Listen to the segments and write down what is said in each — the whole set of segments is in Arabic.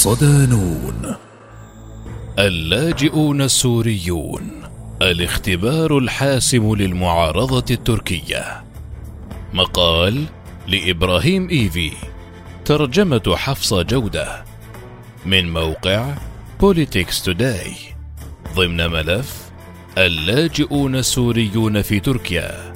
صدانون. اللاجئون السوريون، الاختبار الحاسم للمعارضة التركية. مقال لإبراهيم إيفي، ترجمة حفصة جودة، من موقع Politics Today، ضمن ملف اللاجئون السوريون في تركيا.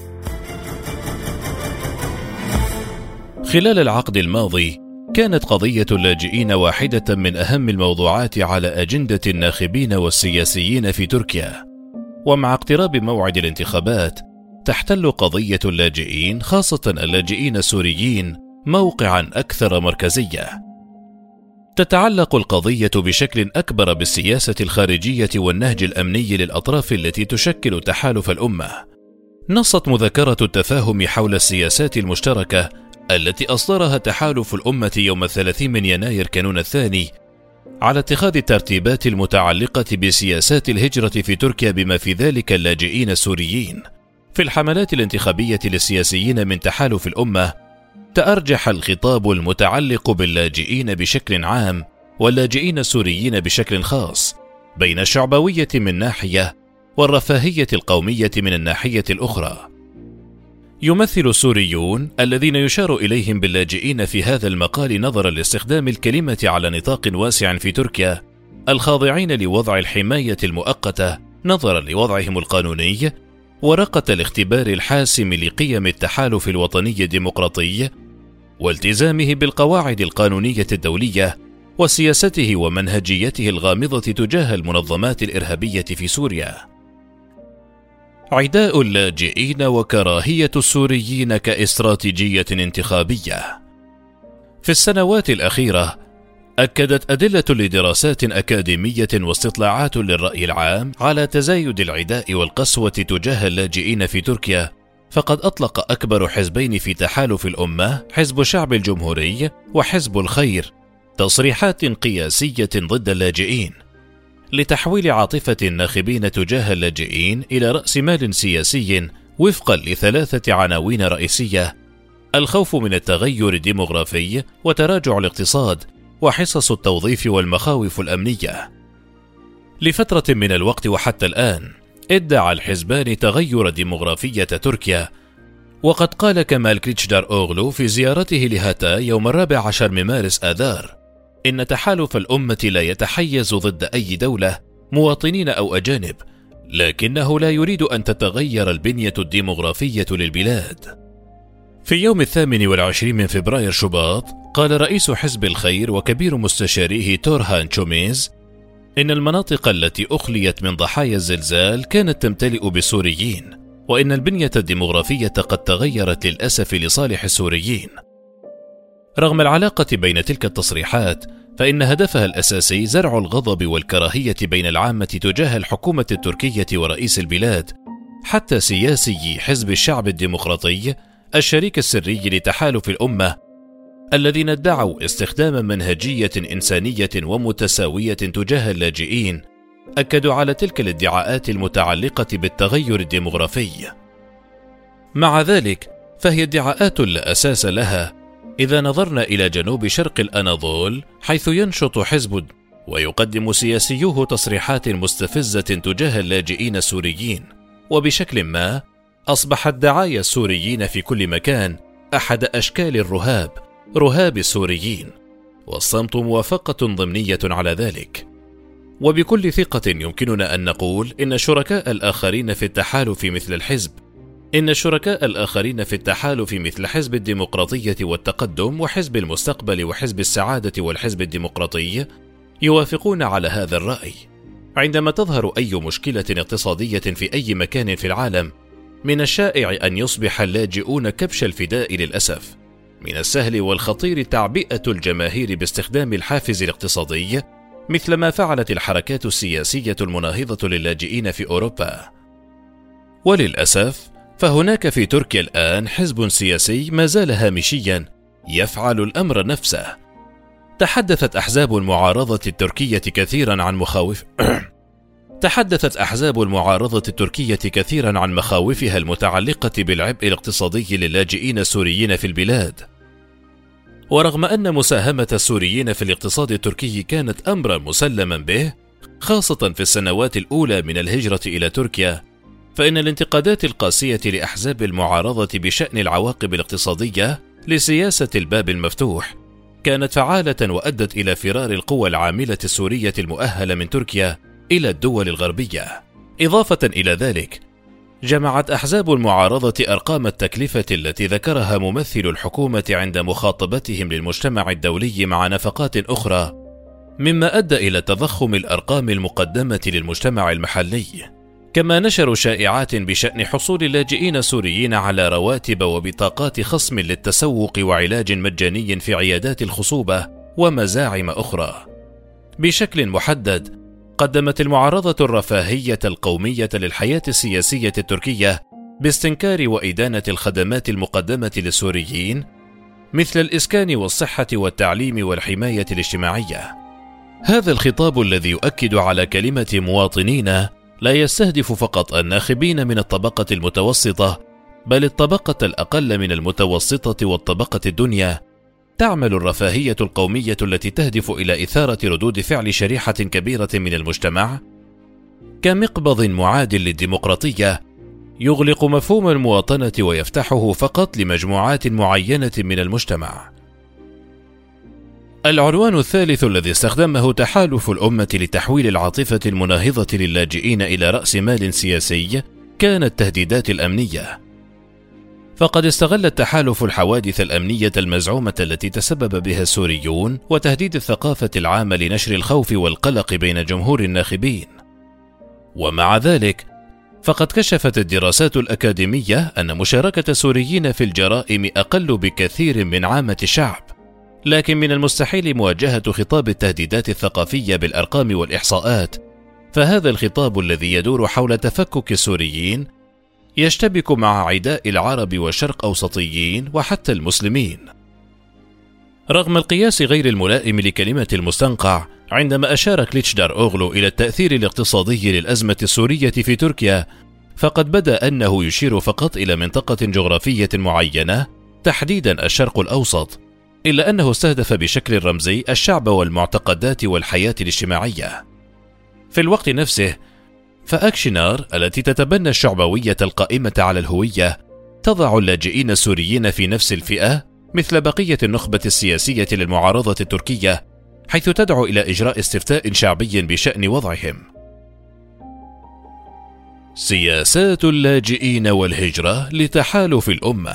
خلال العقد الماضي كانت قضية اللاجئين واحدة من أهم الموضوعات على أجندة الناخبين والسياسيين في تركيا، ومع اقتراب موعد الانتخابات تحتل قضية اللاجئين، خاصة اللاجئين السوريين، موقعا أكثر مركزية. تتعلق القضية بشكل أكبر بالسياسة الخارجية والنهج الأمني للأطراف التي تشكل تحالف الأمة. نصت مذكرة التفاهم حول السياسات المشتركة التي أصدرها تحالف الأمة يوم 30 من يناير كانون الثاني على اتخاذ الترتيبات المتعلقة بسياسات الهجرة في تركيا، بما في ذلك اللاجئين السوريين. في الحملات الانتخابية للسياسيين من تحالف الأمة تأرجح الخطاب المتعلق باللاجئين بشكل عام واللاجئين السوريين بشكل خاص، بين الشعبوية من ناحية والرفاهية القومية من الناحية الأخرى. يمثل السوريون الذين يشار إليهم باللاجئين في هذا المقال، نظرا لاستخدام الكلمة على نطاق واسع في تركيا، الخاضعين لوضع الحماية المؤقتة نظرا لوضعهم القانوني، ورقة الاختبار الحاسم لقيم التحالف الوطني الديمقراطي والتزامه بالقواعد القانونية الدولية وسياسته ومنهجيته الغامضة تجاه المنظمات الإرهابية في سوريا. عداء اللاجئين وكراهية السوريين كاستراتيجية انتخابية. في السنوات الأخيرة أكدت أدلة لدراسات أكاديمية واستطلاعات للرأي العام على تزايد العداء والقسوة تجاه اللاجئين في تركيا، فقد أطلق أكبر حزبين في تحالف الأمة، حزب الشعب الجمهوري وحزب الخير، تصريحات قياسية ضد اللاجئين لتحويل عاطفة الناخبين تجاه اللاجئين إلى رأس مال سياسي وفقا لثلاثة عناوين رئيسية: الخوف من التغير الديمغرافي، وتراجع الاقتصاد، وحصص التوظيف والمخاوف الأمنية. لفترة من الوقت وحتى الآن ادعى الحزبان تغير ديمغرافية تركيا، وقد قال كمال كليتشداروغلو في زيارته لهاتاي يوم 14 من مارس آذار إن تحالف الأمة لا يتحيز ضد أي دولة، مواطنين أو أجانب، لكنه لا يريد أن تتغير البنية الديمغرافية للبلاد. في يوم 28 من فبراير شباط قال رئيس حزب الخير وكبير مستشاريه تورهان تشوميز إن المناطق التي أخليت من ضحايا الزلزال كانت تمتلئ بسوريين، وإن البنية الديمغرافية قد تغيرت للأسف لصالح السوريين. رغم العلاقة بين تلك التصريحات، فإن هدفها الأساسي زرع الغضب والكراهية بين العامة تجاه الحكومة التركية ورئيس البلاد، حتى سياسي حزب الشعب الديمقراطي الشريك السري لتحالف الأمة، الذين ادعوا استخدام منهجية إنسانية ومتساوية تجاه اللاجئين، أكدوا على تلك الادعاءات المتعلقة بالتغير الديمغرافي. مع ذلك فهي ادعاءات لا أساس لها إذا نظرنا إلى جنوب شرق الأناضول، حيث ينشط حزب ويقدم سياسيوه تصريحات مستفزة تجاه اللاجئين السوريين، وبشكل ما أصبحت دعايا السوريين في كل مكان أحد أشكال الرهاب، رهاب السوريين، والصمت موافقة ضمنية على ذلك. وبكل ثقة يمكننا أن نقول إن الشركاء الآخرين في التحالف مثل حزب الديمقراطية والتقدم وحزب المستقبل وحزب السعادة والحزب الديمقراطي يوافقون على هذا الرأي. عندما تظهر أي مشكلة اقتصادية في أي مكان في العالم، من الشائع أن يصبح اللاجئون كبش الفداء للأسف. من السهل والخطير تعبئة الجماهير باستخدام الحافز الاقتصادي، مثل ما فعلت الحركات السياسية المناهضة للاجئين في أوروبا. وللأسف فهناك في تركيا الآن حزب سياسي ما زال هامشيا يفعل الأمر نفسه. تحدثت أحزاب المعارضة التركية كثيرا عن مخاوفها المتعلقة بالعبء الاقتصادي للاجئين السوريين في البلاد، ورغم أن مساهمة السوريين في الاقتصاد التركي كانت أمرا مسلما به، خاصة في السنوات الأولى من الهجرة إلى تركيا، فإن الانتقادات القاسية لأحزاب المعارضة بشأن العواقب الاقتصادية لسياسة الباب المفتوح كانت فعالة وأدت إلى فرار القوى العاملة السورية المؤهلة من تركيا إلى الدول الغربية. إضافة إلى ذلك، جمعت أحزاب المعارضة أرقام التكلفة التي ذكرها ممثل الحكومة عند مخاطبتهم للمجتمع الدولي مع نفقات أخرى، مما أدى إلى تضخم الأرقام المقدمة للمجتمع المحلي. كما نشروا شائعات بشأن حصول اللاجئين السوريين على رواتب وبطاقات خصم للتسوق وعلاج مجاني في عيادات الخصوبة ومزاعم أخرى. بشكل محدد، قدمت المعارضة الرفاهية القومية للحياة السياسية التركية باستنكار وإدانة الخدمات المقدمة للسوريين مثل الإسكان والصحة والتعليم والحماية الاجتماعية. هذا الخطاب الذي يؤكد على كلمة مواطنين لا يستهدف فقط الناخبين من الطبقة المتوسطة، بل الطبقة الأقل من المتوسطة والطبقة الدنيا. تعمل الرفاهية القومية التي تهدف إلى إثارة ردود فعل شريحة كبيرة من المجتمع كمقبض معادل للديمقراطية، يغلق مفهوم المواطنة ويفتحه فقط لمجموعات معينة من المجتمع. العنوان الثالث الذي استخدمه تحالف الأمة لتحويل العاطفة المناهضة للاجئين إلى رأس مال سياسي كان التهديدات الأمنية. فقد استغل التحالف الحوادث الأمنية المزعومة التي تسبب بها السوريون وتهديد الثقافة العامة لنشر الخوف والقلق بين جمهور الناخبين. ومع ذلك، فقد كشفت الدراسات الأكاديمية أن مشاركة السوريين في الجرائم أقل بكثير من عامة الشعب، لكن من المستحيل مواجهة خطاب التهديدات الثقافية بالأرقام والإحصاءات. فهذا الخطاب الذي يدور حول تفكك السوريين يشتبك مع عداء العرب والشرق أوسطيين وحتى المسلمين. رغم القياس غير الملائم لكلمة المستنقع عندما أشار كليتشدار أوغلو إلى التأثير الاقتصادي للأزمة السورية في تركيا، فقد بدا أنه يشير فقط إلى منطقة جغرافية معينة، تحديدا الشرق الأوسط، إلا أنه استهدف بشكل رمزي الشعب والمعتقدات والحياة الاجتماعية. في الوقت نفسه، فأكشنار التي تتبنى الشعبوية القائمة على الهوية تضع اللاجئين السوريين في نفس الفئة مثل بقية النخبة السياسية للمعارضة التركية، حيث تدعو إلى إجراء استفتاء شعبي بشأن وضعهم. سياسات اللاجئين والهجرة لتحالف الأمة.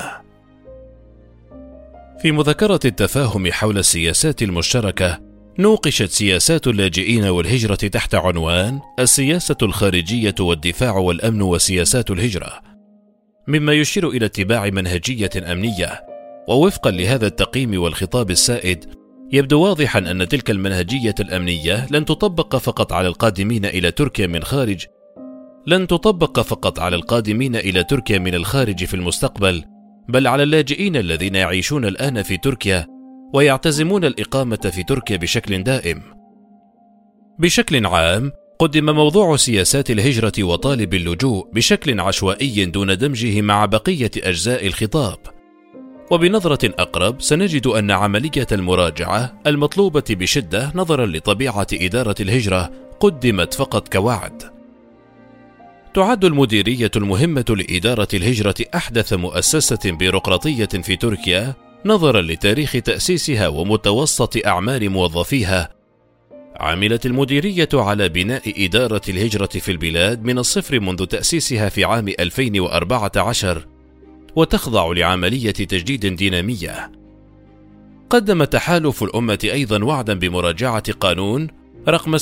في مذكرة التفاهم حول السياسات المشتركة، نوقشت سياسات اللاجئين والهجرة تحت عنوان السياسة الخارجية والدفاع والأمن وسياسات الهجرة، مما يشير إلى اتباع منهجية أمنية. ووفقا لهذا التقييم والخطاب السائد، يبدو واضحا أن تلك المنهجية الأمنية لن تطبق فقط على القادمين إلى تركيا من الخارج في المستقبل، بل على اللاجئين الذين يعيشون الآن في تركيا ويعتزمون الإقامة في تركيا بشكل دائم. بشكل عام، قدم موضوع سياسات الهجرة وطالب اللجوء بشكل عشوائي دون دمجه مع بقية أجزاء الخطاب. وبنظرة أقرب سنجد أن عملية المراجعة المطلوبة بشدة نظرا لطبيعة إدارة الهجرة قدمت فقط كوعد. تعد المديرية المهمة لإدارة الهجرة أحدث مؤسسة بيروقراطية في تركيا نظرا لتاريخ تأسيسها ومتوسط أعمار موظفيها. عملت المديرية على بناء إدارة الهجرة في البلاد من الصفر منذ تأسيسها في عام 2014، وتخضع لعملية تجديد دينامية. قدم تحالف الأمة أيضا وعدا بمراجعة قانون رقم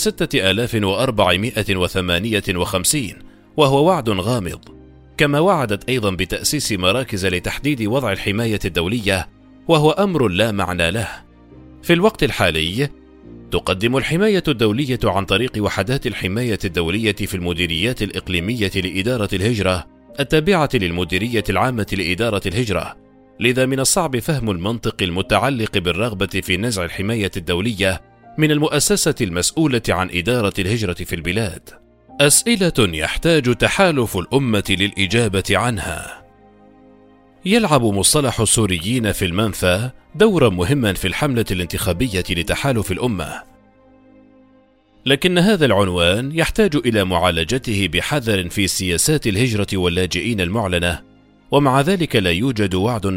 6458، وهو وعد غامض. كما وعدت أيضا بتأسيس مراكز لتحديد وضع الحماية الدولية، وهو أمر لا معنى له. في الوقت الحالي تقدم الحماية الدولية عن طريق وحدات الحماية الدولية في المديريات الإقليمية لإدارة الهجرة التابعة للمديرية العامة لإدارة الهجرة. لذا من الصعب فهم المنطق المتعلق بالرغبة في نزع الحماية الدولية من المؤسسة المسؤولة عن إدارة الهجرة في البلاد. أسئلة يحتاج تحالف الأمة للإجابة عنها. يلعب مصطلح السوريين في المنفى دورا مهما في الحملة الانتخابية لتحالف الأمة، لكن هذا العنوان يحتاج إلى معالجته بحذر في سياسات الهجرة واللاجئين المعلنة، ومع ذلك لا يوجد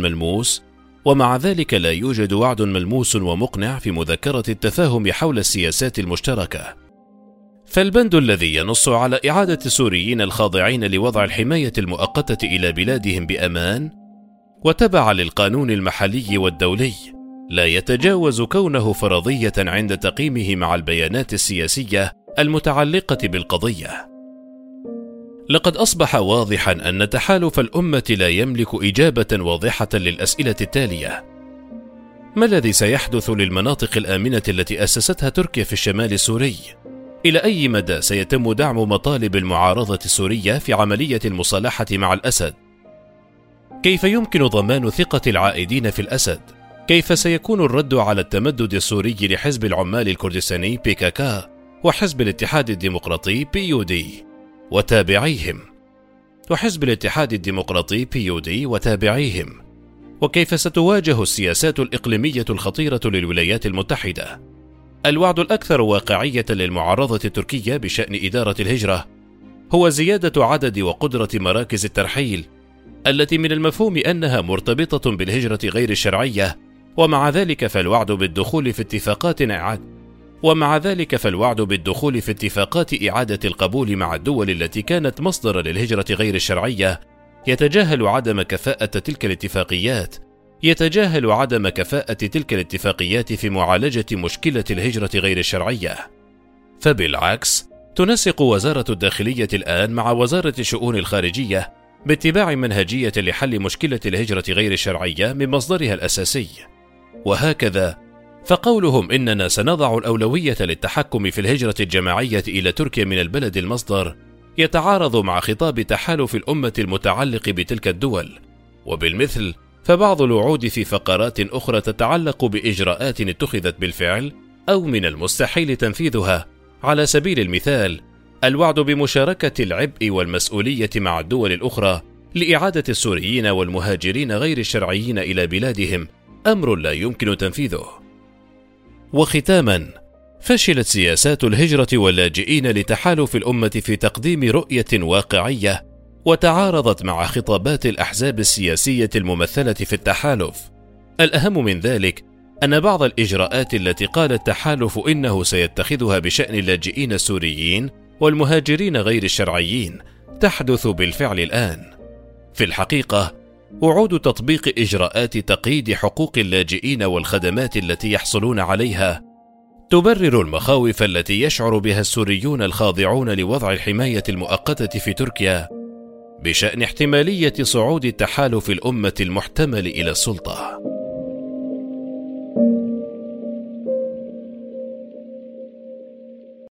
وعد ملموس ومقنع في مذكرة التفاهم حول السياسات المشتركة. فالبند الذي ينص على إعادة السوريين الخاضعين لوضع الحماية المؤقتة إلى بلادهم بأمان وتبع للقانون المحلي والدولي لا يتجاوز كونه فرضية عند تقييمه مع البيانات السياسية المتعلقة بالقضية. لقد أصبح واضحا أن تحالف الأمة لا يملك إجابة واضحة للأسئلة التالية: ما الذي سيحدث للمناطق الآمنة التي أسستها تركيا في الشمال السوري؟ إلى أي مدى سيتم دعم مطالب المعارضة السورية في عملية المصالحة مع الأسد؟ كيف يمكن ضمان ثقة العائدين في الأسد؟ كيف سيكون الرد على التمدد السوري لحزب العمال الكردستاني PKK وحزب الاتحاد الديمقراطي PUD وتابعيهم وكيف ستواجه السياسات الإقليمية الخطيرة للولايات المتحدة؟ الوعد الأكثر واقعية للمعارضة التركية بشأن إدارة الهجرة هو زيادة عدد وقدرة مراكز الترحيل التي من المفهوم أنها مرتبطة بالهجرة غير الشرعية، ومع ذلك فالوعد بالدخول في اتفاقات إعادة القبول مع الدول التي كانت مصدرا للهجرة غير الشرعية يتجاهل عدم كفاءة تلك الاتفاقيات في معالجة مشكلة الهجرة غير الشرعية. فبالعكس تنسق وزارة الداخلية الآن مع وزارة الشؤون الخارجية باتباع منهجية لحل مشكلة الهجرة غير الشرعية من مصدرها الأساسي. وهكذا فقولهم إننا سنضع الأولوية للتحكم في الهجرة الجماعية إلى تركيا من البلد المصدر يتعارض مع خطاب تحالف الأمة المتعلق بتلك الدول، وبالمثل فبعض الوعود في فقرات أخرى تتعلق بإجراءات اتخذت بالفعل أو من المستحيل تنفيذها. على سبيل المثال الوعد بمشاركة العبء والمسؤولية مع الدول الأخرى لإعادة السوريين والمهاجرين غير الشرعيين إلى بلادهم أمر لا يمكن تنفيذه. وختاما، فشلت سياسات الهجرة واللاجئين لتحالف الأمة في تقديم رؤية واقعية، وتعارضت مع خطابات الأحزاب السياسية الممثلة في التحالف. الأهم من ذلك أن بعض الإجراءات التي قال التحالف إنه سيتخذها بشأن اللاجئين السوريين والمهاجرين غير الشرعيين تحدث بالفعل الآن. في الحقيقة وعود تطبيق إجراءات تقييد حقوق اللاجئين والخدمات التي يحصلون عليها تبرر المخاوف التي يشعر بها السوريون الخاضعون لوضع الحماية المؤقتة في تركيا بشأن احتمالية صعود التحالف الأمة المحتمل إلى السلطة.